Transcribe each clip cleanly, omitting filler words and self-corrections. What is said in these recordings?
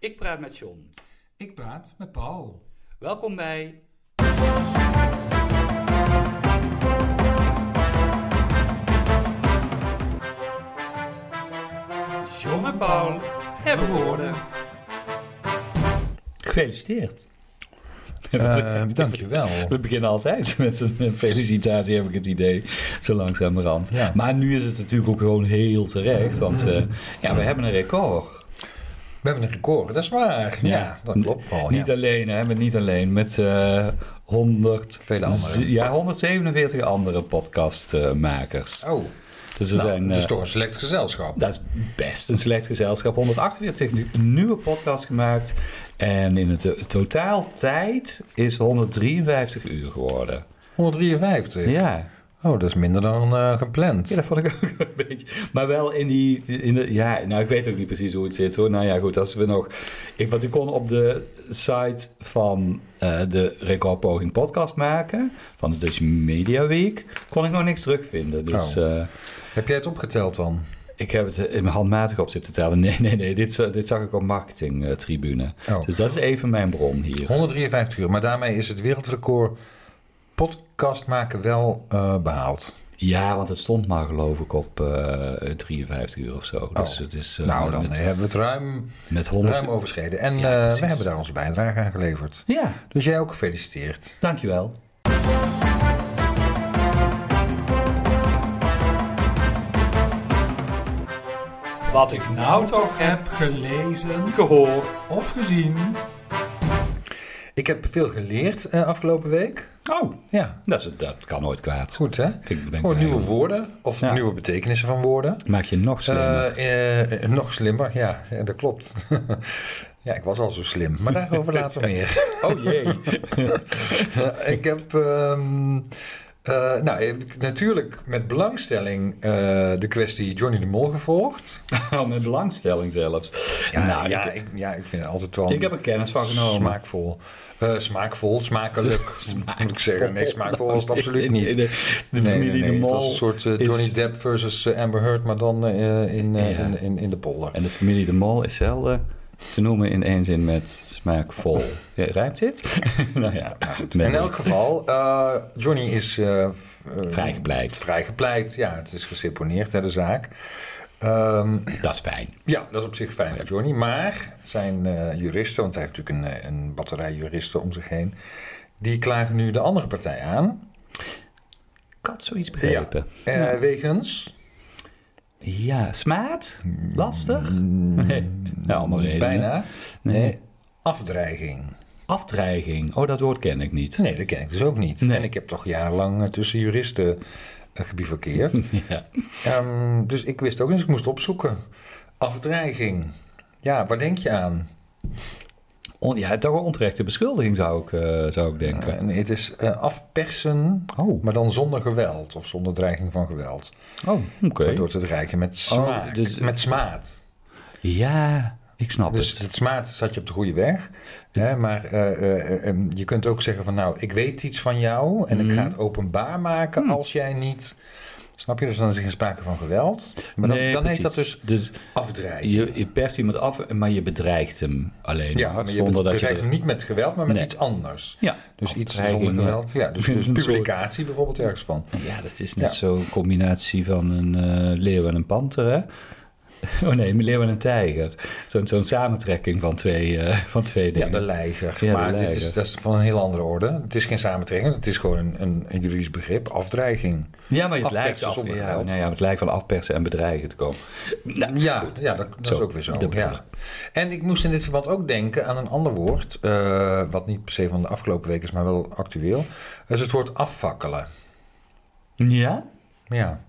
Ik praat met John. Ik praat met Paul. Welkom bij... John en Paul hebben woorden. Gefeliciteerd. Dankjewel. We beginnen altijd met een felicitatie, heb ik het idee, zo langzamerhand. Ja. Maar nu is het natuurlijk ook gewoon heel terecht, want we hebben een record. We hebben een record, dat is waar. Ja, dat klopt, Paul. Niet alleen, hè, niet alleen, met Vele andere. 147 andere podcastmakers. Oh, Dus er zijn, dat is toch een select gezelschap. dat is best een select gezelschap. 148 nieuwe podcasts gemaakt. En in het totaal tijd is 153 uur geworden. 153? Ja. Oh, dat is minder dan gepland. Ja, dat vond ik ook een beetje. Maar wel ik weet ook niet precies hoe het zit hoor. Nou ja, goed, als we nog... Want ik kon op de site van de Recordpoging podcast maken, van de Dutch Media Week, kon ik nog niks terugvinden. Dus... Heb jij het opgeteld dan? Ik heb het in mijn handmatig op zitten tellen. Nee. Dit zag ik op marketingtribune. Dus dat is even mijn bron hier. 153 uur, maar daarmee is het wereldrecord podcast maken wel behaald. Ja, want het stond maar geloof ik op 53 uur of zo. Dus het is, dan hebben we het ruim overschreden. En we hebben daar onze bijdrage aan geleverd. Ja. Dus jij ook gefeliciteerd. Dankjewel. Wat ik nou toch heb gelezen, gehoord. of gezien. Ik heb veel geleerd afgelopen week. Oh, ja. Dat kan nooit kwaad. Goed, hè? Gewoon nieuwe woorden of nieuwe betekenissen van woorden. Maak je nog slimmer. Nog slimmer, ja, dat klopt. Ja, ik was al zo slim, maar daarover later meer. Oh jee. Ik heb... natuurlijk met belangstelling de kwestie Johnny de Mol gevolgd. Oh, met belangstelling zelfs. Ik vind het altijd wel... Ik heb er kennis van genomen. Smaakvol. Smakelijk, moet ik zeggen. Nee, smaakvol was het absoluut niet. De familie de Mol. Het was een soort Johnny Depp versus Amber Heard, maar dan in de polder. En de familie de Mol is zelden te noemen in één zin met smaakvol. Ja, rijmt dit? Nou ja, goed. In elk geval, Johnny is vrijgepleit. Ja, het is geseponeerd, hè, de zaak. Dat is fijn. Ja, dat is op zich fijn voor Johnny. Maar zijn juristen, want hij heeft natuurlijk een batterij juristen om zich heen, die klagen nu de andere partij aan. Ik had zoiets begrepen. Wegens... Ja, smaad? Lastig? Nee. Nou, allemaal redenen. Bijna. Nee. Afdreiging. Afdreiging? Oh, dat woord ken ik niet. Nee, dat ken ik dus ook niet. Nee. En ik heb toch jarenlang tussen juristen gebivakkeerd. Ja. Dus ik wist ook eens, ik moest opzoeken. Afdreiging. Ja, waar denk je aan? Toch een onterechte beschuldiging zou ik denken. Nee, het is afpersen, maar dan zonder geweld of zonder dreiging van geweld. Oh, oké. Door te dreigen met smaak, met smaad. Ja, ik snap het. Dus het smaad zat je op de goede weg. Hè, maar je kunt ook zeggen van nou, ik weet iets van jou en ik ga het openbaar maken als jij niet... Snap je? Dus dan is er geen sprake van geweld. Maar dan heet dat dus afdreigen. Je perst iemand af, maar je bedreigt hem alleen. Ja, maar je bedreigt hem niet met geweld, maar met iets anders. Ja, dus iets zonder geweld. Ja, dus publicatie bijvoorbeeld ergens van. Ja, dat is net zo'n combinatie van een leeuw en een panter, hè? Oh nee, een leeuw en een tijger. Zo'n samentrekking van twee dingen. Ja, de leiger. Ja, maar dat is van een heel andere orde. Het is geen samentrekking, het is gewoon een juridisch begrip. Afdreiging. Ja, maar het lijkt het lijkt van afpersen en bedreigen te komen. Nou, dat is ook weer zo. Ja. En ik moest in dit verband ook denken aan een ander woord, wat niet per se van de afgelopen week is, maar wel actueel. Dat is het woord afvakkelen. Ja? Ja.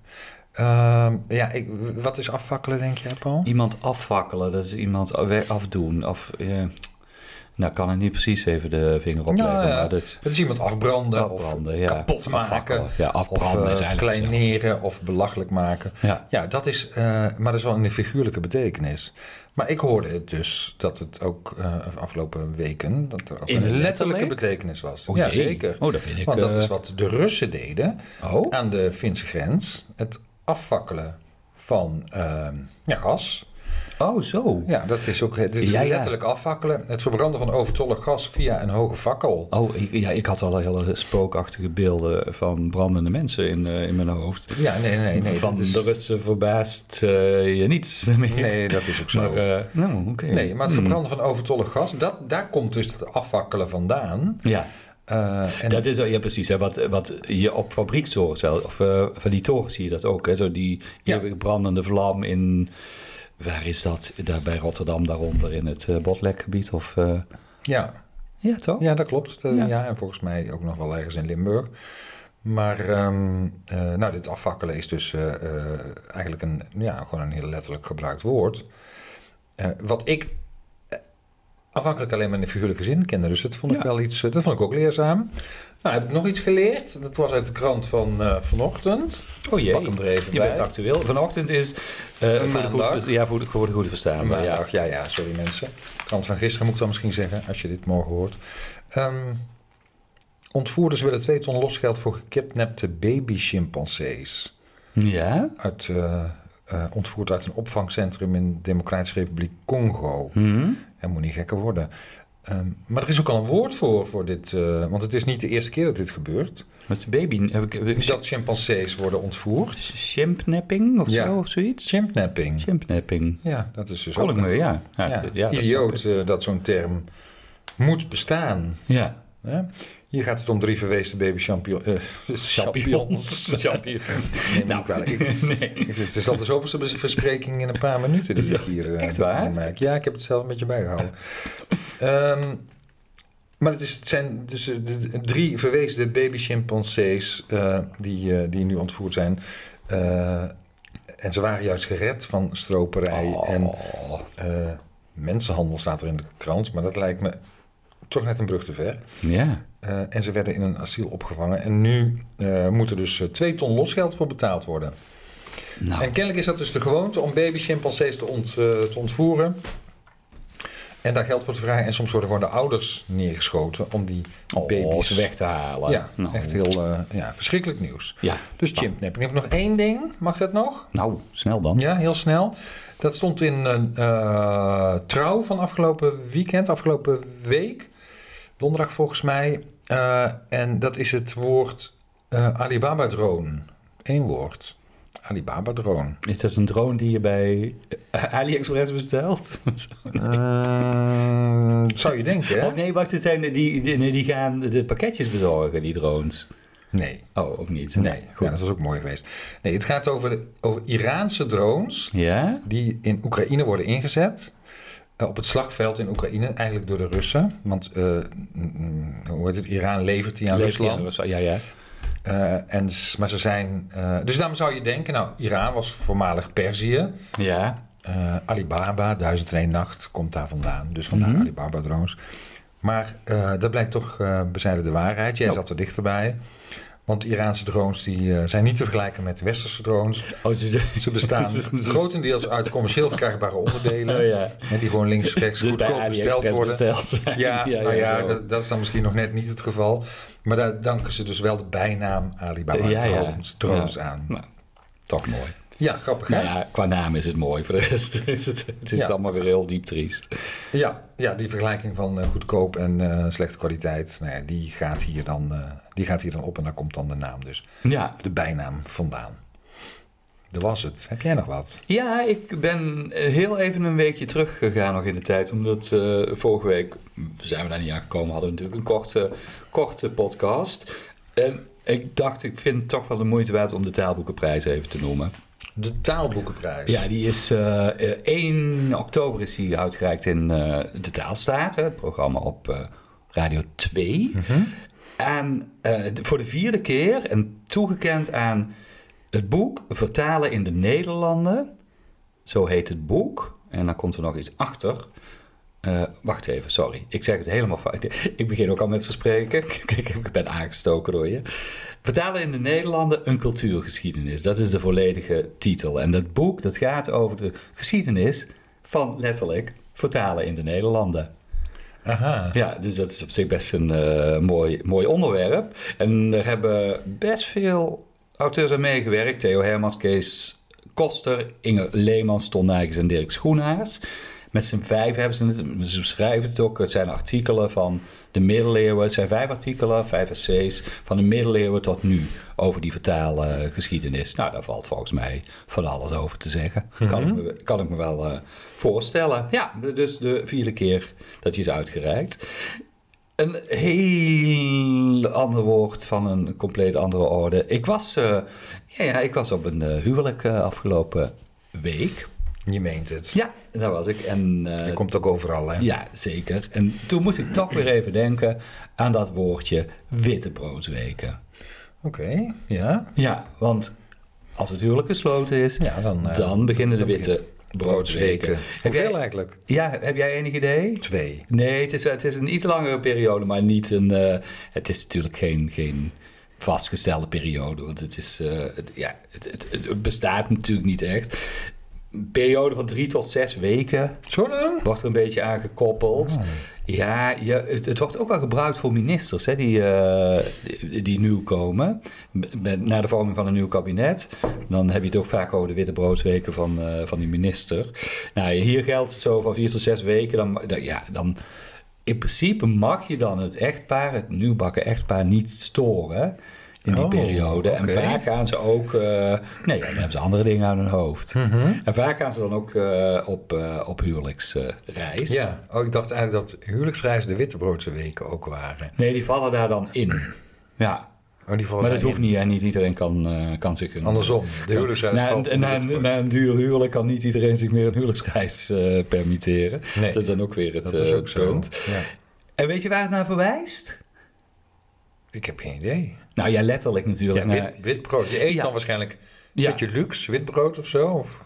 Wat is afvakkelen, denk jij, Paul? Iemand afvakkelen, dat is iemand afdoen. Nou, kan ik niet precies even de vinger opleggen. Maar het is iemand afbranden of kapot maken. Ja, afbranden of is eigenlijk kleineren of belachelijk maken. Ja, dat is, maar dat is wel in de figuurlijke betekenis. Maar ik hoorde het dus dat het ook afgelopen weken... dat er ook een letterlijke betekenis was. Oh, ja, zeker. Oh, dat vind ik... Want dat is wat de Russen deden aan de Finse grens. Het afvakkelen van gas. Oh, zo. Ja, dat is ook dit is letterlijk afvakkelen. Het verbranden van overtollig gas via een hoge fakkel. Oh, ik had al hele spookachtige beelden van brandende mensen in mijn hoofd. Ja, nee. Van de Russen verbaast je niets meer. Nee, dat is ook zo. Maar, okay. Nee, maar het verbranden van overtollig gas, daar komt dus het afvakkelen vandaan. Ja. En dat is precies. Hè, wat je op fabriektorens, of van die torens zie je dat ook. Hè, zo die eeuwig brandende vlam in... Waar is dat? Daar bij Rotterdam, daaronder in het Botlekgebied? Of, Ja, toch? Ja, dat klopt. En volgens mij ook nog wel ergens in Limburg. Maar dit afvakkelen is dus eigenlijk gewoon een heel letterlijk gebruikt woord. Wat ik afhankelijk alleen maar in de figuurlijke zin kende. Dus dat vond ik wel iets, dat vond ik ook leerzaam. Nou, heb ik nog iets geleerd. Dat was uit de krant van vanochtend. Oh jee, pak hem er even je bij. bent actueel. Vanochtend is voor de goede verstaan. Maandag, ja, sorry mensen. Krant van gisteren moet ik dan misschien zeggen, als je dit morgen hoort. Ontvoerders willen 2 ton losgeld voor gekidnapte baby-chimpansees. Ja? Ontvoerd uit een opvangcentrum in de Democratische Republiek Congo. Dat moet niet gekker worden. Maar er is ook al een woord voor dit, want het is niet de eerste keer dat dit gebeurt. Met baby... Dat chimpansees worden ontvoerd. Chimpnapping of zo, of zoiets? Chimpnapping. Ja, dat is dus kon ook... ik me, ja. Idioot dat zo'n term moet bestaan. Ja. Hier gaat het om 3 verweesde baby champignons. Nee. Het is al de zoveelste verspreking in een paar minuten die ik hier echt waar? maak. Ja, ik heb het zelf een beetje bijgehouden. Maar het zijn dus 3 verweesde baby chimpansees die nu ontvoerd zijn. En ze waren juist gered van stroperij en mensenhandel staat er in de krant. Maar dat lijkt me toch net een brug te ver. Ja. En ze werden in een asiel opgevangen. En nu moet er dus 2 ton losgeld voor betaald worden. Nou. En kennelijk is dat dus de gewoonte om baby chimpansees te ontvoeren. En daar geld voor te vragen. En soms worden gewoon de ouders neergeschoten om die baby's weg te halen. Ja, echt heel verschrikkelijk nieuws. Ja. Dus chimpnapping. Ik heb nog 1 ding. Mag dat nog? Nou, snel dan. Ja, heel snel. Dat stond in Trouw van afgelopen week. Donderdag volgens mij. En dat is het woord Alibaba-drone. 1 woord. Alibaba-drone. Is dat een drone die je bij AliExpress bestelt? Zou je denken, hè? Oh nee, wacht, het zijn die gaan de pakketjes bezorgen, die drones. Nee. Oh, ook niet? Nee, goed. Ja, dat was ook mooi geweest. Nee, het gaat over Iraanse drones die in Oekraïne worden ingezet. Op het slagveld in Oekraïne, eigenlijk door de Russen. Want Iran levert die aan Rusland. Ja. Maar ze zijn... dus daarom zou je denken, Iran was voormalig Perzië. Ja. Alibaba, 1001 Nacht, komt daar vandaan. Dus vandaar Alibaba-drones. Maar dat blijkt toch bezijden de waarheid. Jij zat er dichterbij. Want Iraanse drones die, zijn niet te vergelijken met westerse drones. Ze bestaan grotendeels uit commercieel verkrijgbare onderdelen. Die gewoon links-rechts dus goedkoop besteld worden. Dat is dan misschien nog net niet het geval. Maar daar danken ze dus wel de bijnaam Alibaba drones aan. Nou, toch mooi. Ja, grappig hè? Nou qua naam is het mooi. Voor de rest is het allemaal weer heel diep triest. Ja, die vergelijking van goedkoop en slechte kwaliteit, die gaat hier dan op en daar komt dan de naam dus. Ja. De bijnaam vandaan. Dat was het. Heb jij nog wat? Ja, ik ben heel even een weekje teruggegaan nog in de tijd. Omdat vorige week zijn we daar niet aangekomen. Hadden we natuurlijk een korte podcast. En ik dacht, ik vind het toch wel de moeite waard om de taalboekenprijs even te noemen. De taalboekenprijs? Ja, die is 1 oktober is die uitgereikt in de Taalstaat. Het programma op Radio 2. Mm-hmm. En voor de 4e keer en toegekend aan het boek Vertalen in de Nederlanden. Zo heet het boek. En dan komt er nog iets achter. Wacht even, sorry. Ik zeg het helemaal fout. Ik begin ook al met te spreken. Ik ben aangestoken door je. Vertalen in de Nederlanden, een cultuurgeschiedenis. Dat is de volledige titel. En dat boek dat gaat over de geschiedenis van letterlijk vertalen in de Nederlanden. Aha. Ja, dus dat is op zich best een mooi onderwerp. En er hebben best veel auteurs aan meegewerkt. Theo Hermans, Kees Koster, Inge Leemans, Ton Nijkens en Dirk Schoenhaars. Met z'n 5 hebben ze het, ze beschrijven het ook. Het zijn artikelen van de middeleeuwen. Het zijn 5 artikelen, 5 essays van de middeleeuwen tot nu over die vertaalgeschiedenis. Nou, daar valt volgens mij van alles over te zeggen. Kan ik me wel voorstellen. Ja, dus de 4e keer dat hij is uitgereikt. Een heel ander woord van een compleet andere orde. Ik was op een huwelijk afgelopen week. Je meent het. Ja, daar was ik. En, je komt ook overal, hè? Ja, zeker. En toen moest ik toch weer even denken aan dat woordje wittebroodsweken. Oké, ja. Ja, want als het huwelijk gesloten is, dan beginnen de wittebroodsweken. Hoeveel eigenlijk? Ja, heb jij enig idee? 2. Nee, het is een iets langere periode, maar niet een... het is natuurlijk geen vastgestelde periode, want het is... het bestaat natuurlijk niet echt. Een periode van 3 tot 6 weken. Zo lang? Wordt er een beetje aan gekoppeld. Oh. Ja, het wordt ook wel gebruikt voor ministers hè, die nieuw komen. Na de vorming van een nieuw kabinet. Dan heb je het ook vaak over de wittebroodsweken van die minister. Nou, hier geldt het zo van 4 tot 6 weken. Dan in principe mag je dan het nieuwbakken echtpaar niet storen in die periode. Okay. En vaak gaan ze ook... dan hebben ze andere dingen aan hun hoofd. Mm-hmm. En vaak gaan ze dan ook op huwelijksreis. Ja, ik dacht eigenlijk dat huwelijksreizen de wittebroodse weken ook waren. Nee, die vallen daar dan in. Ja. Maar dat hoeft niet. En niet iedereen kan zich... Andersom, de huwelijksreis... Na een duur huwelijk kan niet iedereen zich meer een huwelijksreis permitteren. Nee. Dat is dan ook weer het punt. Ja. En weet je waar het naar verwijst? Ik heb geen idee. Nou ja, letterlijk natuurlijk. Ja, witbrood. Je eet dan waarschijnlijk een beetje luxe, witbrood of zo? Of?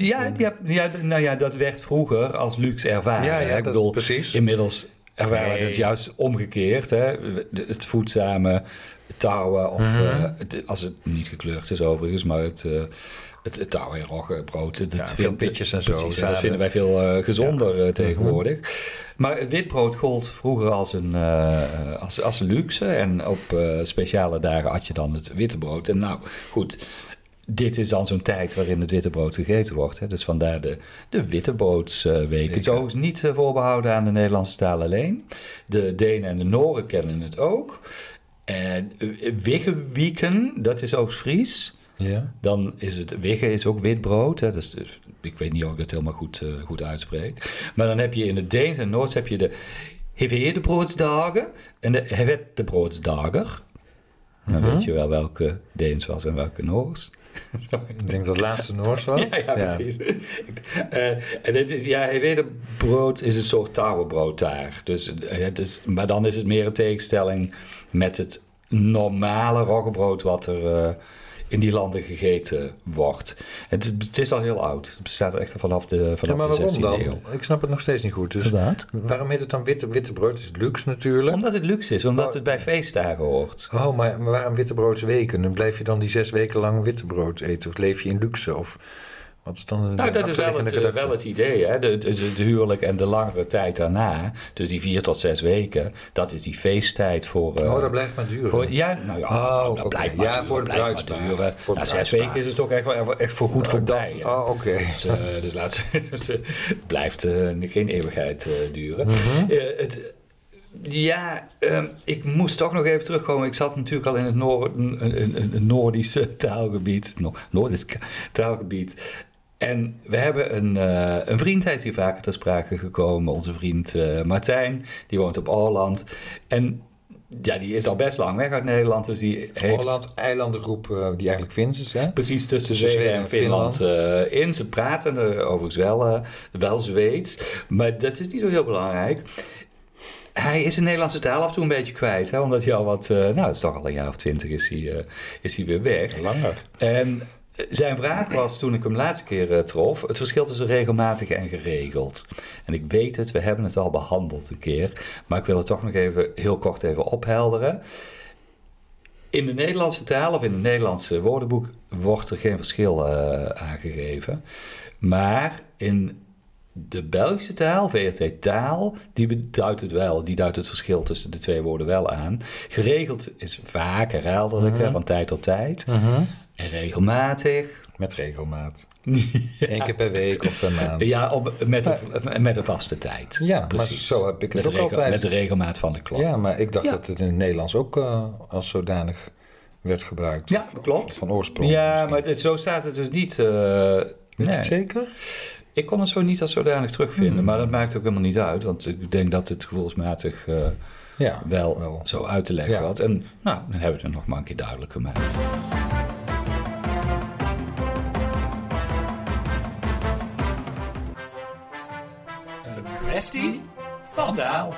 Ja, dat werd vroeger als luxe ervaren. Ja, ik bedoel, precies. Inmiddels ervaren we het juist omgekeerd. Hè? Het voedzame touwen, of als het niet gekleurd is overigens, maar het touwen en roggebrood. Veel pitjes en zo. Precies, dat vinden wij veel gezonder tegenwoordig. Maar het witbrood gold vroeger als luxe. En op speciale dagen had je dan het wittebrood. En nou, goed, dit is dan zo'n tijd waarin het wittebrood gegeten wordt. Hè? Dus vandaar de wittebroodsweek. Het is overigens niet voorbehouden aan de Nederlandse taal alleen. De Denen en de Noren kennen het ook. Wiggewieken, dat is Oost-Fries. Ja. Dan is het wigge is ook witbrood. Hè? Dus, ik weet niet of ik dat helemaal goed uitspreek. Maar dan heb je in het Deens en Noors heb je de Hevedebrooddagen en de Hevedebroodsdager. Dan weet je wel welke Deens was en welke Noors. Ik denk dat het laatste Noors was. Ja, precies. En dit is, Hevedebrood is een soort touwenbrood daar. Maar dan is het meer een tegenstelling met het normale roggebrood wat er in die landen gegeten wordt. Het is al heel oud. Het bestaat echt vanaf de 16e eeuw. Maar waarom dan? Ik snap het nog steeds niet goed. Dus waarom heet het dan wittebrood? Het is luxe natuurlijk. Omdat het luxe is, omdat het bij feestdagen hoort. Oh, maar waarom wittebroodsweken? Dan blijf je dan die 6 weken lang wittebrood eten? Of leef je in luxe? Of wat is dan dat is wel het idee. Hè? De huwelijk en de langere tijd daarna, dus die 4 tot 6 weken, dat is die feesttijd voor... dat blijft maar duren. Dat blijft maar duren. Voor de bruidspaar. 6 weken is het ook echt voor goed voorbij. Oké. Dus het blijft geen eeuwigheid duren. Ik moest toch nog even terugkomen. Ik zat natuurlijk al in het Noordische taalgebied. Noordisch taalgebied. En we hebben een vriend, hij is hier vaker ter sprake gekomen. Onze vriend Martijn, die woont op Åland. En ja, die is al best lang weg uit Nederland. Dus die heeft... Åland, eilandengroep die eigenlijk Fins is, hè? Precies, tussen Zweden en Finland in. Ze praten overigens wel Zweeds. Maar dat is niet zo heel belangrijk. Hij is de Nederlandse taal af en toe een beetje kwijt. Hè? Omdat hij al het is toch al een jaar of 20 is hij weer weg. Langer. En zijn vraag was, toen ik hem de laatste keer trof, het verschil tussen regelmatig en geregeld. En ik weet het, we hebben het al behandeld een keer. Maar ik wil het toch nog even heel kort ophelderen. In de Nederlandse taal of in het Nederlandse woordenboek wordt er geen verschil aangegeven. Maar in de Belgische taal, VRT-taal, die duidt het wel. Die duidt het verschil tussen de twee woorden wel aan. Geregeld is vaak herhaaldelijk, van tijd tot tijd. En regelmatig Met regelmaat. 1 keer per week of per maand. Ja, met een vaste tijd. Ja, precies. Maar zo heb ik het ook altijd. Met de regelmaat van de klok. Ja, maar ik dacht dat het in het Nederlands ook als zodanig werd gebruikt. Ja, klopt. Van oorsprong. Ja, maar zo staat het dus niet. Weet je het zeker? Ik kon het zo niet als zodanig terugvinden. Maar dat maakt ook helemaal niet uit. Want ik denk dat het gevoelsmatig wel zo uit te leggen had. En nou, dan hebben we het nog maar een keer duidelijk gemaakt. Kwestie van taal.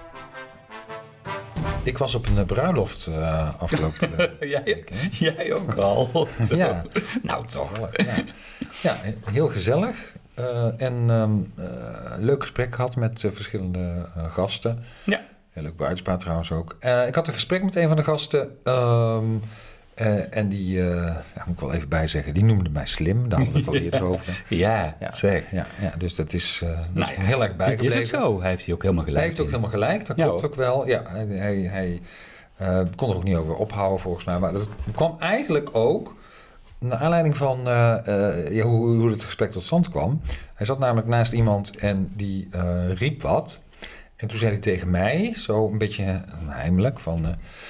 Ik was op een bruiloft afgelopen Jij ook al. Ja. Nou, toch. Ja, heel gezellig. En leuk gesprek gehad met verschillende gasten. Ja. Heel leuk bruidspaar trouwens ook. Ik had een gesprek met een van de gasten. En die, moet ik wel even bijzeggen, die noemde mij slim. Daar hadden we het al eerder over. Ja, zeg. Ja, dus dat is heel erg bijgebleven. Het is ook zo. Hij heeft ook helemaal gelijk. Hij heeft ook helemaal gelijk, dat klopt ook wel. Ja, hij kon er ook niet over ophouden volgens mij. Maar dat kwam eigenlijk ook naar aanleiding van hoe het gesprek tot stand kwam. Hij zat namelijk naast iemand en die riep wat. En toen zei hij tegen mij, zo een beetje heimelijk, van...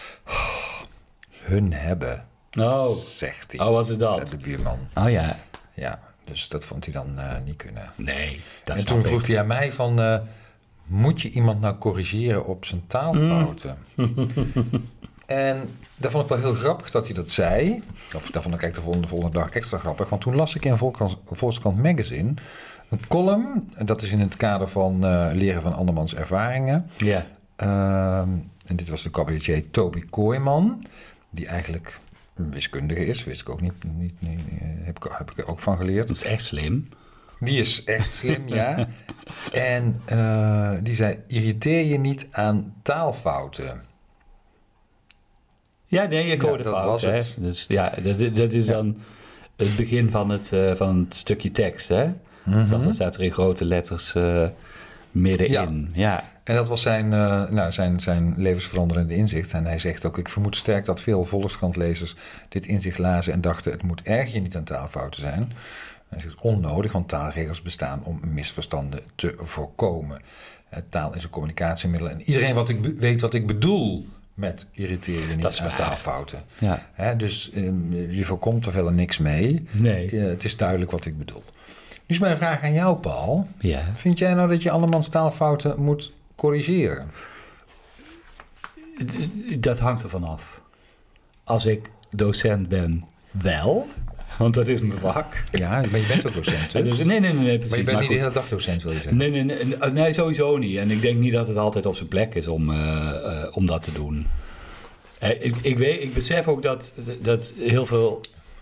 hun hebben, zegt hij. Oh, was het dat? Zegt de buurman. Oh ja. Ja, dus dat vond hij dan niet kunnen. Nee, dat en toen vroeg hij aan mij van... moet je iemand nou corrigeren op zijn taalfouten? En dat vond ik wel heel grappig dat hij dat zei. Of dat vond ik eigenlijk de volgende dag extra grappig. Want toen las ik in Volkskrant Magazine... een column, dat is in het kader van leren van andermans ervaringen. Ja. En dit was de cabaretier Toby Kooijman... die eigenlijk een wiskundige is. Wist ik ook niet heb ik er ook van geleerd. Dat is echt slim. Die is echt slim, ja. En die zei, irriteer je niet aan taalfouten. Ja, nee, ik hoorde dat fout. Was het. Dus ja, dat is dan het begin van het stukje tekst, hè? Mm-hmm. Dat staat er in grote letters middenin. Ja. En dat was zijn levensveranderende inzicht. En hij zegt ook, ik vermoed sterk dat veel Volkskrant-lezers dit inzicht lazen en dachten, het moet erg je niet aan taalfouten zijn. Hij zegt, onnodig, want taalregels bestaan om misverstanden te voorkomen. Taal is een communicatiemiddel. En iedereen weet wat ik bedoel met irriteer je niet aan taalfouten. Ja. Dus je voorkomt er verder niks mee. Nee. Het is duidelijk wat ik bedoel. Nu is mijn vraag aan jou, Paul. Ja. Vind jij nou dat je andermans taalfouten moet corrigeren? Dat hangt ervan af. Als ik docent ben, wel. Want dat is mijn vak. Ja, maar je bent ook docent, hè? Dus, nee, precies. Maar je bent niet de hele dag docent, wil je zeggen? Nee, sowieso niet. En ik denk niet dat het altijd op zijn plek is om dat te doen. Ik besef ook dat heel veel...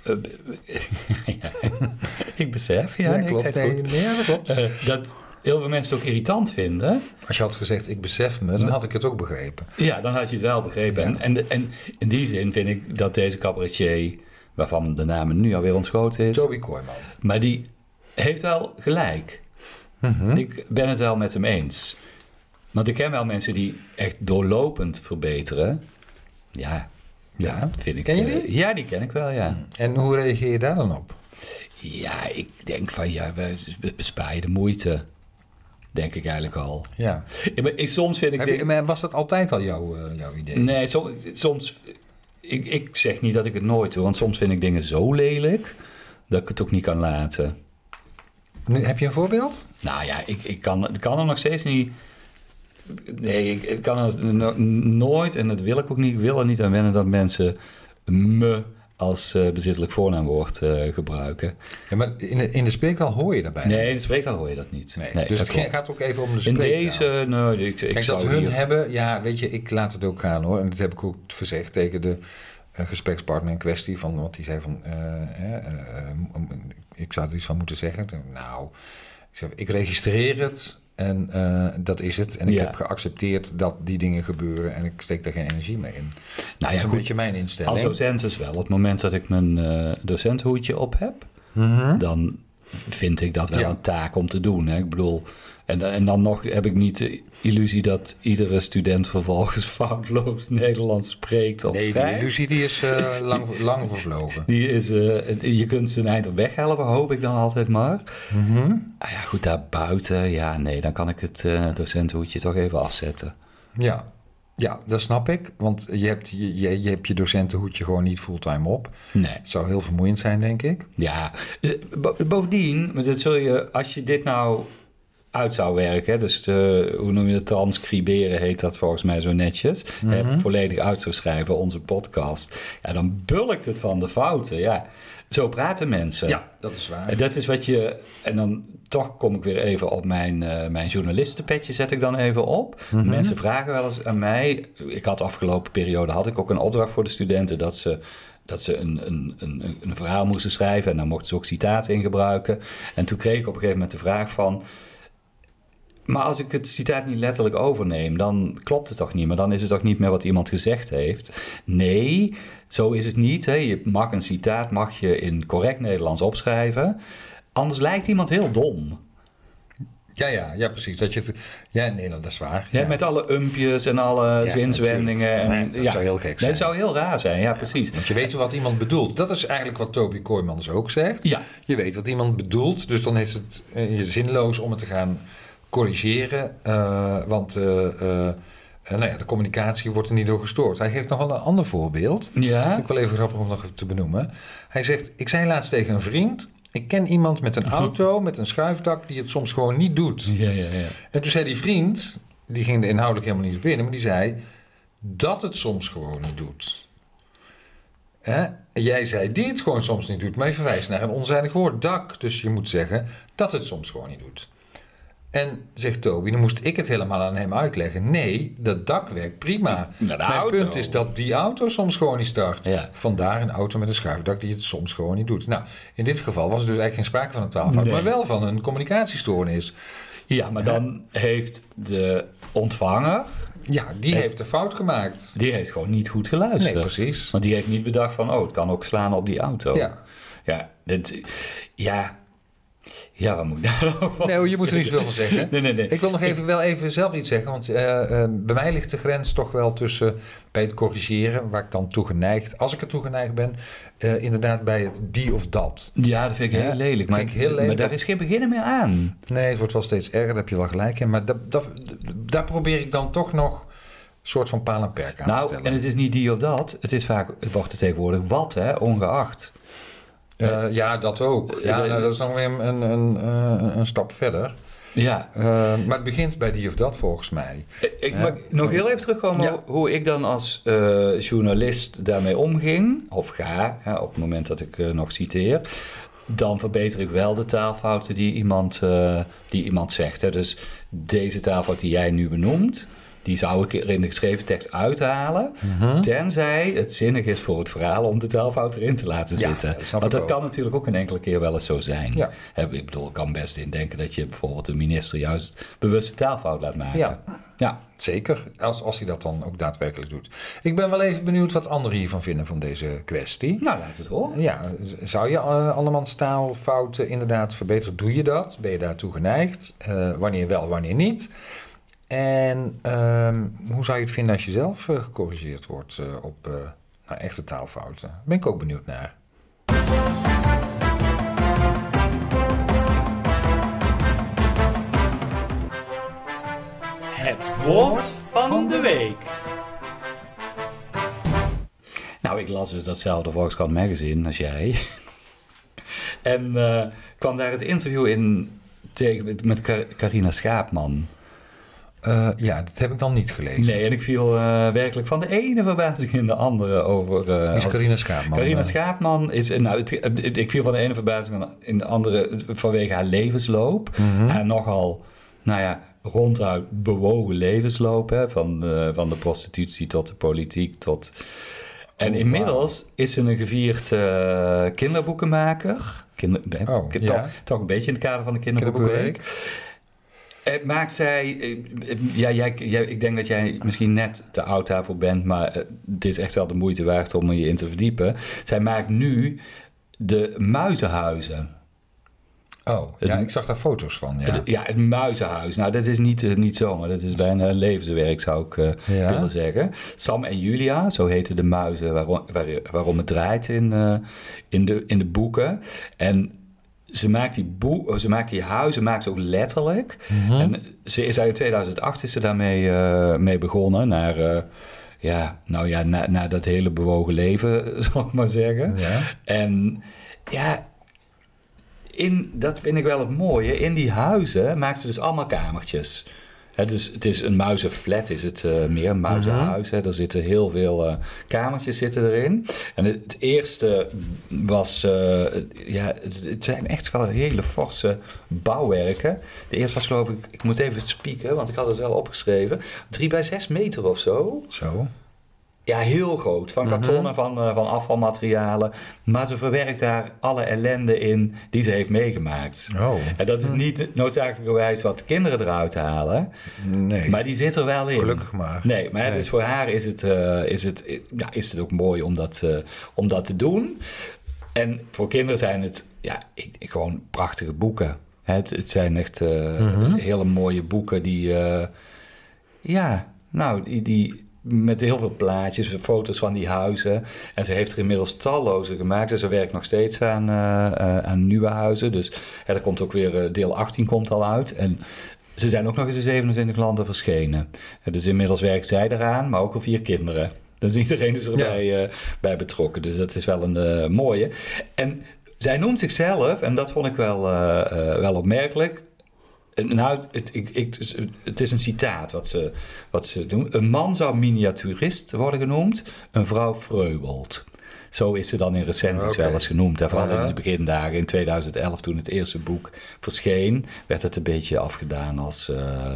ik besef, ik zei het goed. Nee, dat klopt. Dat heel veel mensen het ook irritant vinden. Als je had gezegd, ik besef me, dan had ik het ook begrepen. Ja, dan had je het wel begrepen. Ja. En in die zin vind ik dat deze cabaretier, waarvan de naam nu alweer ontschoten is... Toby Kooijman. Maar die heeft wel gelijk. Mm-hmm. Ik ben het wel met hem eens. Want ik ken wel mensen die echt doorlopend verbeteren. Ja, vind ik. Ken je die? Ja, die ken ik wel, ja. En hoe reageer je daar dan op? Ja, ik denk van, we besparen de moeite. Denk ik eigenlijk al. Ja. Soms vind ik... Maar was dat altijd al jouw idee? Nee, soms... Ik zeg niet dat ik het nooit doe, want soms vind ik dingen zo lelijk dat ik het ook niet kan laten. Nu, heb je een voorbeeld? Nou ja, ik kan er nog steeds niet... Nee, ik kan er nooit, en dat wil ik ook niet, ik wil er niet aan wennen dat mensen me als bezittelijk voornaamwoord gebruiken. Ja, maar in de spreektaal hoor je daarbij? Nee, in de spreektaal hoor je dat niet. Nee, dus het gaat ook even om de spreektaal. In deze, nee, ik zou dat hun hebben, ja, weet je, ik laat het ook gaan hoor. En dat heb ik ook gezegd tegen de gesprekspartner in kwestie. Want die zei van, ik zou er iets van moeten zeggen. Nou, ik registreer het. En dat is het. En ik heb geaccepteerd dat die dingen gebeuren. En ik steek daar geen energie mee in. Dat is een beetje mijn instelling. Als docent dus wel. Op het moment dat ik mijn docenthoedje op heb... dan vind ik dat wel een taak om te doen. Hè? Ik bedoel, En dan nog heb ik niet de illusie dat iedere student vervolgens foutloos Nederlands spreekt of schrijft. Die illusie die is lang vervlogen. Die is, je kunt ze een eind op weg helpen, hoop ik dan altijd maar. Mm-hmm. Ja, goed, daarbuiten, dan kan ik het docentenhoedje toch even afzetten. Ja, dat snap ik. Want je hebt je docentenhoedje gewoon niet fulltime op. Nee. Het zou heel vermoeiend zijn, denk ik. Ja, bovendien, dat zul je, als je dit nou uit zou werken, dus hoe noem je het, transcriberen heet dat volgens mij zo netjes, volledig uit zou schrijven, onze podcast, dan bulkt het van de fouten. Ja, zo praten mensen. Ja, dat is waar. En dat is wat je, en dan toch kom ik weer even op mijn journalistenpetje, zet ik dan even op. Mm-hmm. Mensen vragen wel eens aan mij, ik had de afgelopen periode, had ik ook een opdracht voor de studenten, dat ze een verhaal moesten schrijven en dan mochten ze ook citaten in gebruiken. En toen kreeg ik op een gegeven moment de vraag van, maar als ik het citaat niet letterlijk overneem, dan klopt het toch niet? Maar dan is het toch niet meer wat iemand gezegd heeft? Nee, zo is het niet. Hè. Je mag een citaat in correct Nederlands opschrijven. Anders lijkt iemand heel dom. Ja, precies. Dat is waar. Ja, met alle umpjes en alle zinswendingen. Dat zou heel gek zijn. Dat zou heel raar zijn, ja, precies. Want je weet wat iemand bedoelt. Dat is eigenlijk wat Toby Kooijmans ook zegt. Ja. Je weet wat iemand bedoelt, dus dan is het zinloos om het te gaan corrigeren, want de communicatie wordt er niet door gestoord. Hij geeft nog wel een ander voorbeeld. Ja. Dat vind ik wel even grappig om nog even te benoemen. Hij zegt, ik zei laatst tegen een vriend, ik ken iemand met een auto, met een schuifdak, die het soms gewoon niet doet. Ja. En toen zei die vriend, die ging er inhoudelijk helemaal niet op in, maar die zei dat het soms gewoon niet doet. Jij zei die het gewoon soms niet doet, maar je verwijst naar een onzijdig woord, dak. Dus je moet zeggen dat het soms gewoon niet doet. En zegt Toby, dan moest ik het helemaal aan hem uitleggen. Nee, dat dak werkt prima. Mijn punt is dat die auto soms gewoon niet start. Ja. Vandaar een auto met een schuifdak die het soms gewoon niet doet. Nou, in dit geval was er dus eigenlijk geen sprake van een taalfout, maar wel van een communicatiestoornis. Ja, maar dan heeft de ontvanger... Ja, die heeft de fout gemaakt. Die heeft gewoon niet goed geluisterd. Nee, precies. Want die heeft niet bedacht van, het kan ook slaan op die auto. Ja, wat moet ik daar over? Nee, je moet er niet zoveel van zeggen. Nee. Ik wil nog even zelf iets zeggen. Want bij mij ligt de grens toch wel tussen bij het corrigeren, waar ik dan toe geneigd, als ik er toe geneigd ben, inderdaad bij het die of dat. Ja, dat vind ik heel lelijk. Maar daar is geen beginnen meer aan. Nee, het wordt wel steeds erger, daar heb je wel gelijk in. Maar daar probeer ik dan toch nog een soort van paal en perk aan te stellen. En het is niet die of dat. Het wordt er tegenwoordig wat, ongeacht. Ja, dat ook. Ja, dat is nog weer een stap verder. Ja. Maar het begint bij die of dat volgens mij. Ik mag nog heel even terugkomen hoe ik dan als journalist daarmee omging. Of ga, op het moment dat ik nog citeer. Dan verbeter ik wel de taalfouten die iemand zegt. Hè. Dus deze taalfout die jij nu benoemt, die zou ik er in de geschreven tekst uithalen. Mm-hmm. Tenzij het zinnig is voor het verhaal om de taalfout erin te laten zitten. Want dat kan natuurlijk ook een enkele keer wel eens zo zijn. Ja. Ik bedoel, ik kan best indenken dat je bijvoorbeeld de minister juist bewust een taalfout laat maken. Ja. Zeker, als hij dat dan ook daadwerkelijk doet. Ik ben wel even benieuwd wat anderen hiervan vinden van deze kwestie. Nou, laat het horen. Ja, zou je andermans taalfouten inderdaad verbeteren? Doe je dat? Ben je daartoe geneigd? Wanneer wel, wanneer niet? En hoe zou je het vinden als je zelf gecorrigeerd wordt op echte taalfouten? Daar ben ik ook benieuwd naar. Het woord van de week. Nou, ik las dus datzelfde Volkskrant Magazine als jij. En kwam daar het interview in met Carina Schaapman. Dat heb ik dan niet gelezen. Nee, en ik viel werkelijk van de ene verbazing in de andere over... is Carina Schaapman? Carina Schaapman is... ik viel van de ene verbazing in de andere vanwege haar levensloop. Mm-hmm. En nogal, ronduit bewogen levensloop. Hè, van de prostitutie tot de politiek tot... En inmiddels is ze een gevierd kinderboekenmaker. Toch een beetje in het kader van de Kinderboekenweek. Maakt zij... ik denk dat jij misschien net te oud daarvoor bent, maar het is echt wel de moeite waard om je in te verdiepen. Zij maakt nu de muizenhuizen. Oh, ja, ik zag daar foto's van, ja. Het muizenhuis. Nou, dat is niet zomaar. Dat is bijna een levenswerk, zou ik willen zeggen. Sam en Julia, zo heten de muizen waarom het draait in de boeken. En ze maakt die huizen maakt ze ook letterlijk. Mm-hmm. En ze is in 2008 is ze daarmee mee begonnen. Naar dat hele bewogen leven, zal ik maar zeggen. Ja. En ja, dat vind ik wel het mooie. In die huizen maakt ze dus allemaal kamertjes. Dus het is een muizenflat, is het meer een muizenhuis. Mm-hmm. Er zitten heel veel kamertjes erin. En het eerste was... het zijn echt wel hele forse bouwwerken. De eerste was geloof ik moet even spieken, want ik had het wel opgeschreven. 3 bij 6 meter of zo. Zo. Ja, heel groot. Van karton en van afvalmaterialen. Maar ze verwerkt daar alle ellende in die ze heeft meegemaakt. Oh. En dat is niet noodzakelijkerwijs wat kinderen eruit halen. Nee. Maar die zit er wel in. Gelukkig maar. Nee, maar dus voor haar is het ook mooi om dat te doen. En voor kinderen zijn het gewoon prachtige boeken. Het zijn echt hele mooie boeken die met heel veel plaatjes, foto's van die huizen. En ze heeft er inmiddels talloze gemaakt. En ze werkt nog steeds aan nieuwe huizen. Dus er komt ook weer deel 18 komt al uit. En ze zijn ook nog eens in 27 landen verschenen. Dus inmiddels werkt zij eraan, maar ook al 4 kinderen. Dus iedereen is erbij betrokken. Dus dat is wel een mooie. En zij noemt zichzelf, en dat vond ik wel opmerkelijk... Nou, het is een citaat wat ze doen. Een man zou miniaturist worden genoemd, een vrouw vreubelt. Zo is ze dan in recensies wel eens genoemd. En vooral in de begindagen, in 2011, toen het eerste boek verscheen, werd het een beetje afgedaan als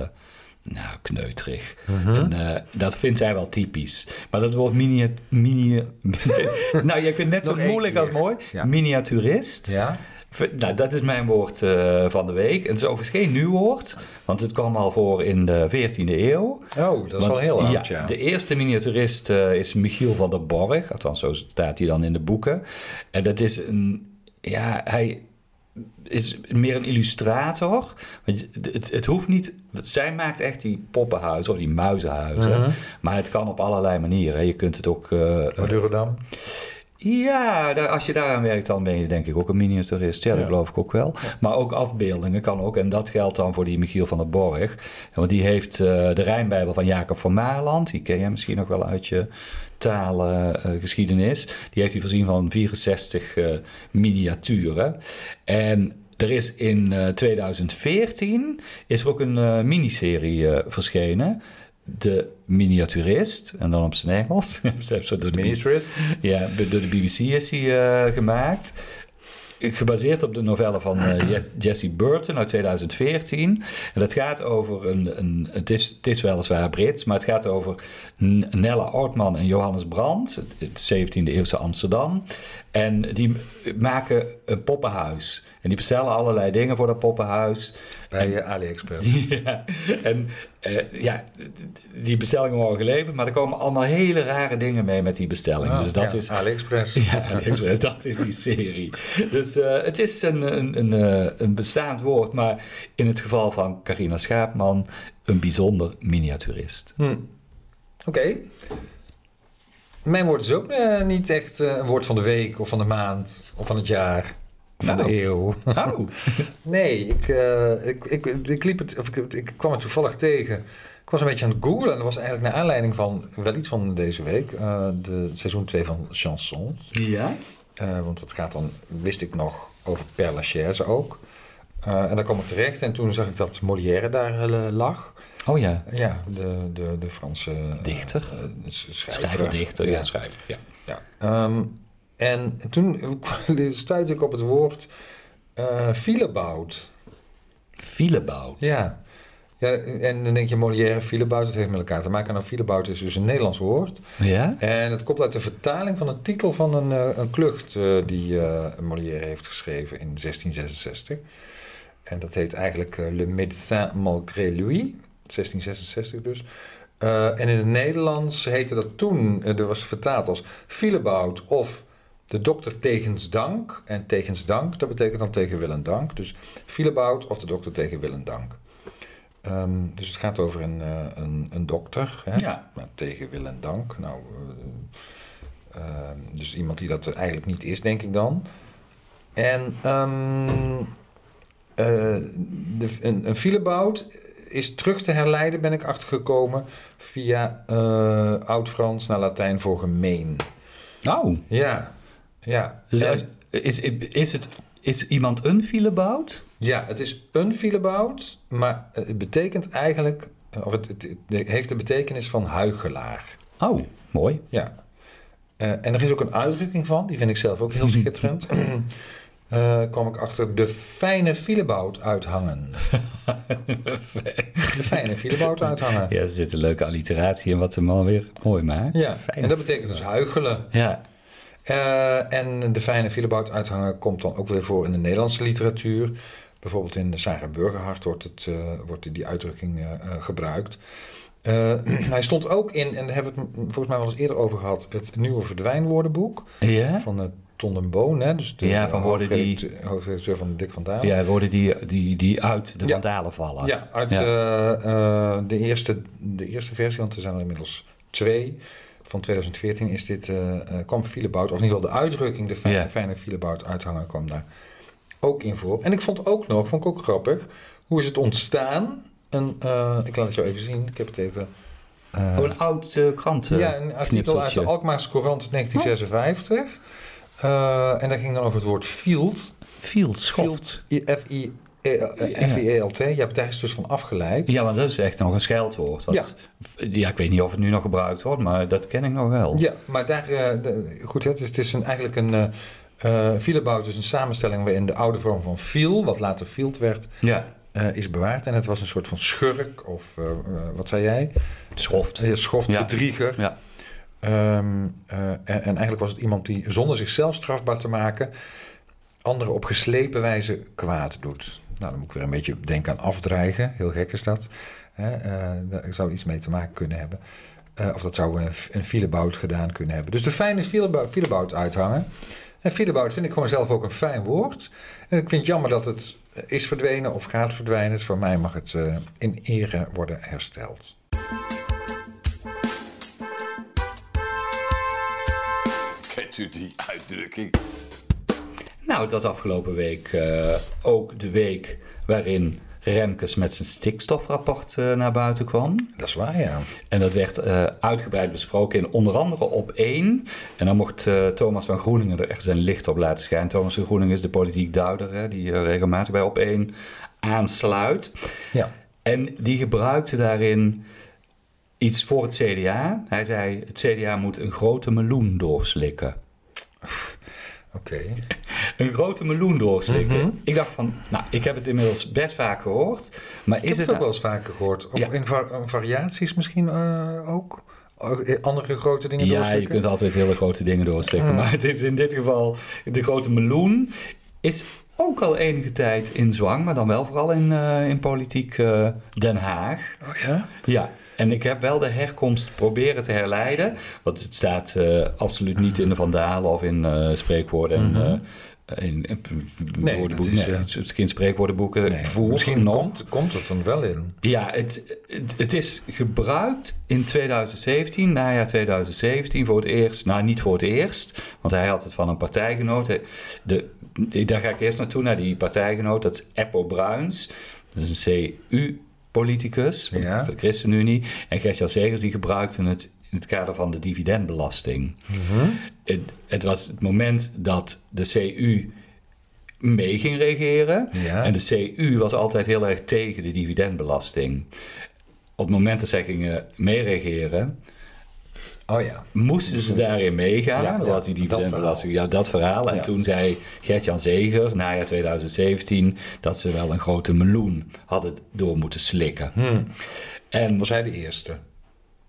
kneuterig. Mm-hmm. En dat vindt zij wel typisch. Maar dat woord nou, jij vindt het net zo moeilijk als mooi. Ja. Miniaturist. Ja. Nou, dat is mijn woord van de week. Het is overigens geen nieuw woord, want het kwam al voor in de 14e eeuw. Oh, dat is wel heel oud, ja. De eerste miniaturist is Michiel van der Borch, althans zo staat hij dan in de boeken. En dat is hij is meer een illustrator. Want het hoeft niet... Zij maakt echt die poppenhuizen of die muizenhuizen. Mm-hmm. Maar het kan op allerlei manieren. Je kunt het ook... Wat duurde dan? Ja, als je daaraan werkt, dan ben je denk ik ook een miniaturist. Ja, dat geloof ik ook wel. Maar ook afbeeldingen kan ook. En dat geldt dan voor die Michiel van der Borch. Want die heeft de Rijnbijbel van Jacob van Maarland. Die ken je misschien nog wel uit je talengeschiedenis. Die heeft hij voorzien van 64 miniaturen. En er is in 2014 is er ook een miniserie verschenen. De Miniaturist, en dan op zijn Engels. Door de BBC is hij gemaakt. Gebaseerd op de novelle van Jessie Burton uit 2014. En dat gaat over het is weliswaar Brits, maar het gaat over Nella Ortman en Johannes Brand, het 17e eeuwse Amsterdam. En die maken een poppenhuis. En die bestellen allerlei dingen voor dat poppenhuis. Bij AliExpress. Ja, en die bestellingen worden geleverd, maar er komen allemaal hele rare dingen mee met die bestelling. Dus dat is AliExpress. Ja, AliExpress, dat is die serie. Dus het is een bestaand woord, maar in het geval van Carina Schaapman een bijzonder miniaturist. Oké. Mijn woord is ook niet echt een woord van de week of van de maand of van het jaar. Van de eeuw. Oh. Nee, ik kwam het toevallig tegen. Ik was een beetje aan het googlen en dat was eigenlijk naar aanleiding van wel iets van deze week. De seizoen 2 van Chansons. Ja. Want het gaat dan, wist ik nog, over Père Lachaise ook. En daar kwam ik terecht en toen zag ik dat Molière daar lag. Oh ja. Ja, de Franse... dichter. Schrijver-dichter. Ja, schrijver. Ja. En toen stuitte ik op het woord Vilebout. Vilebout? Ja. En dan denk je Molière, Vilebout, dat heeft met elkaar te maken. Nou, Vilebout is dus een Nederlands woord. Ja? En het komt uit de vertaling van de titel van een klucht die Molière heeft geschreven in 1666. En dat heet eigenlijk Le Médecin Malgré Lui, 1666 dus. En in het Nederlands heette dat toen, er was vertaald als Vilebout of De dokter tegens dank. En tegens dank, dat betekent dan tegen wil en dank. Dus Philebout of de dokter tegen wil en dank. Dus het gaat over een dokter. Hè? Ja. Nou, tegen wil en dank. Nou, dus iemand die dat eigenlijk niet is, denk ik dan. En een Philebout is terug te herleiden, ben ik achtergekomen, via Oud-Frans naar Latijn voor gemeen. Oh. Ja. Dus is iemand een Philebout? Ja, het is een Philebout, maar het betekent eigenlijk, of het heeft de betekenis van huichelaar. Oh, mooi. Ja. En er is ook een uitdrukking van, die vind ik zelf ook heel schitterend. Kwam ik achter de fijne Philebout uithangen. De fijne Philebout uithangen. Ja, er zit een leuke alliteratie in wat de man weer mooi maakt. Ja, en dat betekent dus huichelen. Ja. En de fijne Philebout uithangen komt dan ook weer voor in de Nederlandse literatuur. Bijvoorbeeld in de Sarah Burgerhardt wordt die uitdrukking gebruikt. Hij stond ook in, en daar hebben we het volgens mij wel eens eerder over gehad, het nieuwe verdwijnwoordenboek van Ton den Boon, hè, dus de hoofdredacteur van Dick van Dalen. Ja, woorden die uit de Van Dalen vallen. Ja, uit de eerste versie, want er zijn er inmiddels 2. Van 2014 is dit, kwam Philebout, of in ieder geval de uitdrukking, de fijne Philebout uithangen, kwam daar ook in voor. En ik vond ik ook grappig, hoe is het ontstaan? Ik laat het jou even zien, ik heb het even... een oud krant. Ja, een artikel uit de Alkmaarse Courant 1956. En dat ging dan over het woord field. Field, schoft. F-I-E-L-T. Ja, daar is dus van afgeleid. Ja, want dat is echt nog een scheldwoord. Ja, ik weet niet of het nu nog gebruikt wordt, maar dat ken ik nog wel. Ja, maar daar... goed, het is eigenlijk een... Philebout is een samenstelling waarin de oude vorm van fiel, wat later field werd... Ja. Is bewaard. En het was een soort van schurk, of wat zei jij? Schoft. Bedrieger. Ja. En eigenlijk was het iemand die zonder zichzelf strafbaar te maken anderen op geslepen wijze kwaad doet. Nou, dan moet ik weer een beetje denken aan afdreigen. Heel gek is dat. Daar zou iets mee te maken kunnen hebben. Of dat zou een Philebout gedaan kunnen hebben. Dus de fijne Philebout uithangen. En Philebout vind ik gewoon zelf ook een fijn woord. En ik vind het jammer dat het is verdwenen of gaat verdwijnen. Dus voor mij mag het in ere worden hersteld. Kent u die uitdrukking? Nou, het was afgelopen week ook de week waarin Remkes met zijn stikstofrapport naar buiten kwam. Dat is waar, ja. En dat werd uitgebreid besproken in onder andere Op 1. En dan mocht Thomas van Groeningen er echt zijn licht op laten schijnen. Thomas van Groeningen is de politiek duider, die regelmatig bij Op 1 aansluit. Ja. En die gebruikte daarin iets voor het CDA. Hij zei, het CDA moet een grote meloen doorslikken. Oké. Een grote meloen doorslikken. Mm-hmm. Ik dacht van, nou, ik heb het inmiddels best vaak gehoord. Maar Ik heb het ook wel eens vaker gehoord. Of in variaties misschien ook? Andere grote dingen doorslikken? Ja, je kunt altijd hele grote dingen doorslikken. Maar het is in dit geval, de grote meloen is ook al enige tijd in zwang. Maar dan wel vooral in politiek Den Haag. Oh ja? Ja. En ik heb wel de herkomst proberen te herleiden. Want het staat absoluut niet in de Van Dalen of in spreekwoorden. Mm-hmm. Het is geen spreekwoordenboeken. Nee, misschien komt het dan wel in. Ja, het is gebruikt in 2017, najaar 2017, voor het eerst. Nou, niet voor het eerst, want hij had het van een partijgenoot. Daar ga ik eerst naartoe, naar die partijgenoot. Dat is Eppo Bruins. Dat is een CU-politicus van de ChristenUnie. En Gert-Jan Segers, die gebruikten het in het kader van de dividendbelasting. Mm-hmm. Het was het moment dat de CU mee ging regeren. Ja. En de CU was altijd heel erg tegen de dividendbelasting. Op het moment dat zij gingen meeregeren, moesten ze daarin meegaan. Ja, dat was die dividendbelasting. Dat verhaal. En toen zei Gert-Jan Segers, najaar 2017, dat ze wel een grote meloen hadden door moeten slikken. En was hij de eerste?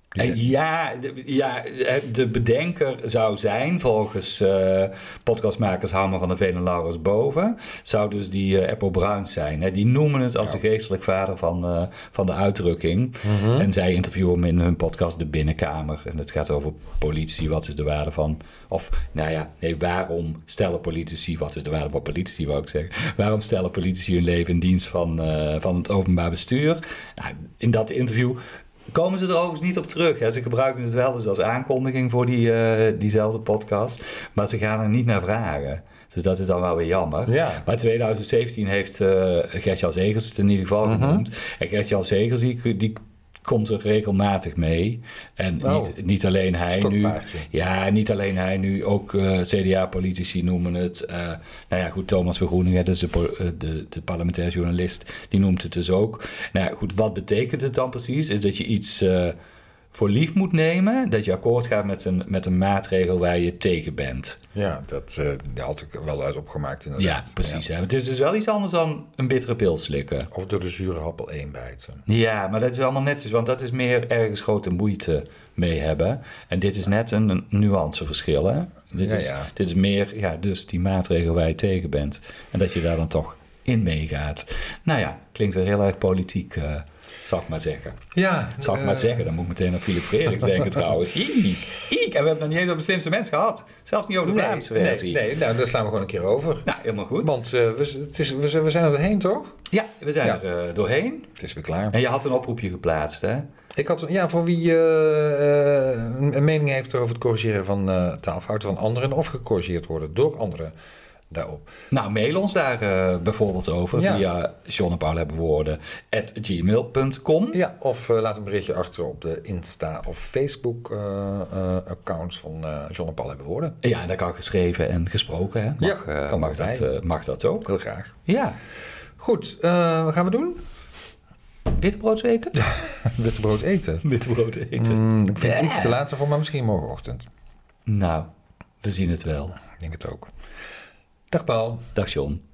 De bedenker zou zijn, volgens podcastmakers Harmen van der Veen en Laurens Boven, zou dus die Eppo Bruins zijn. Hè? Die noemen het als de geestelijk vader van de uitdrukking. Mhm. En zij interviewen hem in hun podcast De Binnenkamer. En het gaat over politie, wat is de waarde van... waarom stellen politici... Wat is de waarde van politici, wou ik zeggen. Waarom stellen politici hun leven in dienst van het openbaar bestuur? Nou, in dat interview... komen ze er overigens niet op terug. Hè. Ze gebruiken het wel dus als aankondiging voor diezelfde podcast. Maar ze gaan er niet naar vragen. Dus dat is dan wel weer jammer. Ja. Maar 2017 heeft Gert-Jan Zegers het in ieder geval genoemd. En Gert-Jan Zegers die komt er regelmatig mee. En niet alleen hij nu. Ja, niet alleen hij nu. Ook CDA-politici noemen het. Thomas Vergroeningen, dus de parlementair journalist, die noemt het dus ook. Nou ja, goed, wat betekent het dan precies? Is dat je iets voor lief moet nemen, dat je akkoord gaat met een maatregel waar je tegen bent. Ja, dat had ik wel uit opgemaakt inderdaad. Ja, precies. Ja. Het is dus wel iets anders dan een bittere pil slikken. Of door de zure appel 1 bijten. Ja, maar dat is allemaal netjes, want dat is meer ergens grote moeite mee hebben. En dit is net een nuanceverschil. Hè? Dit is meer, dus die maatregel waar je tegen bent. En dat je daar dan toch in meegaat. Nou ja, klinkt wel heel erg politiek, zal ik maar zeggen. Ja. Zal ik maar zeggen, dan moet ik meteen aan Philip Frederiks denken trouwens. Iek. En we hebben het nog niet eens over slimste mensen gehad. Zelfs niet over de Vlaamse versie. Nee, nou, daar slaan we gewoon een keer over. Nou, helemaal goed. Want we zijn er doorheen, toch? Ja, we zijn er doorheen. Het is weer klaar. En je had een oproepje geplaatst, hè? Ik had, voor wie een mening heeft over het corrigeren van taalfouten van anderen of gecorrigeerd worden door anderen daarop. Nou, mail ons daar bijvoorbeeld over via johnnenpaulhebbenwoorden@gmail.com. Ja, of laat een berichtje achter op de Insta of Facebook accounts van John en Paul hebben woorden. Ja, dat kan geschreven en gesproken. Hè? Mag dat ook. Heel graag. Ja. Goed, wat gaan we doen? Wittebrood eten? Wittebrood eten. Wittebrood eten. Ik vind het iets te laat voor, maar misschien morgenochtend. Nou, we zien het wel. Ik denk het ook. Dag Paul. Dag John.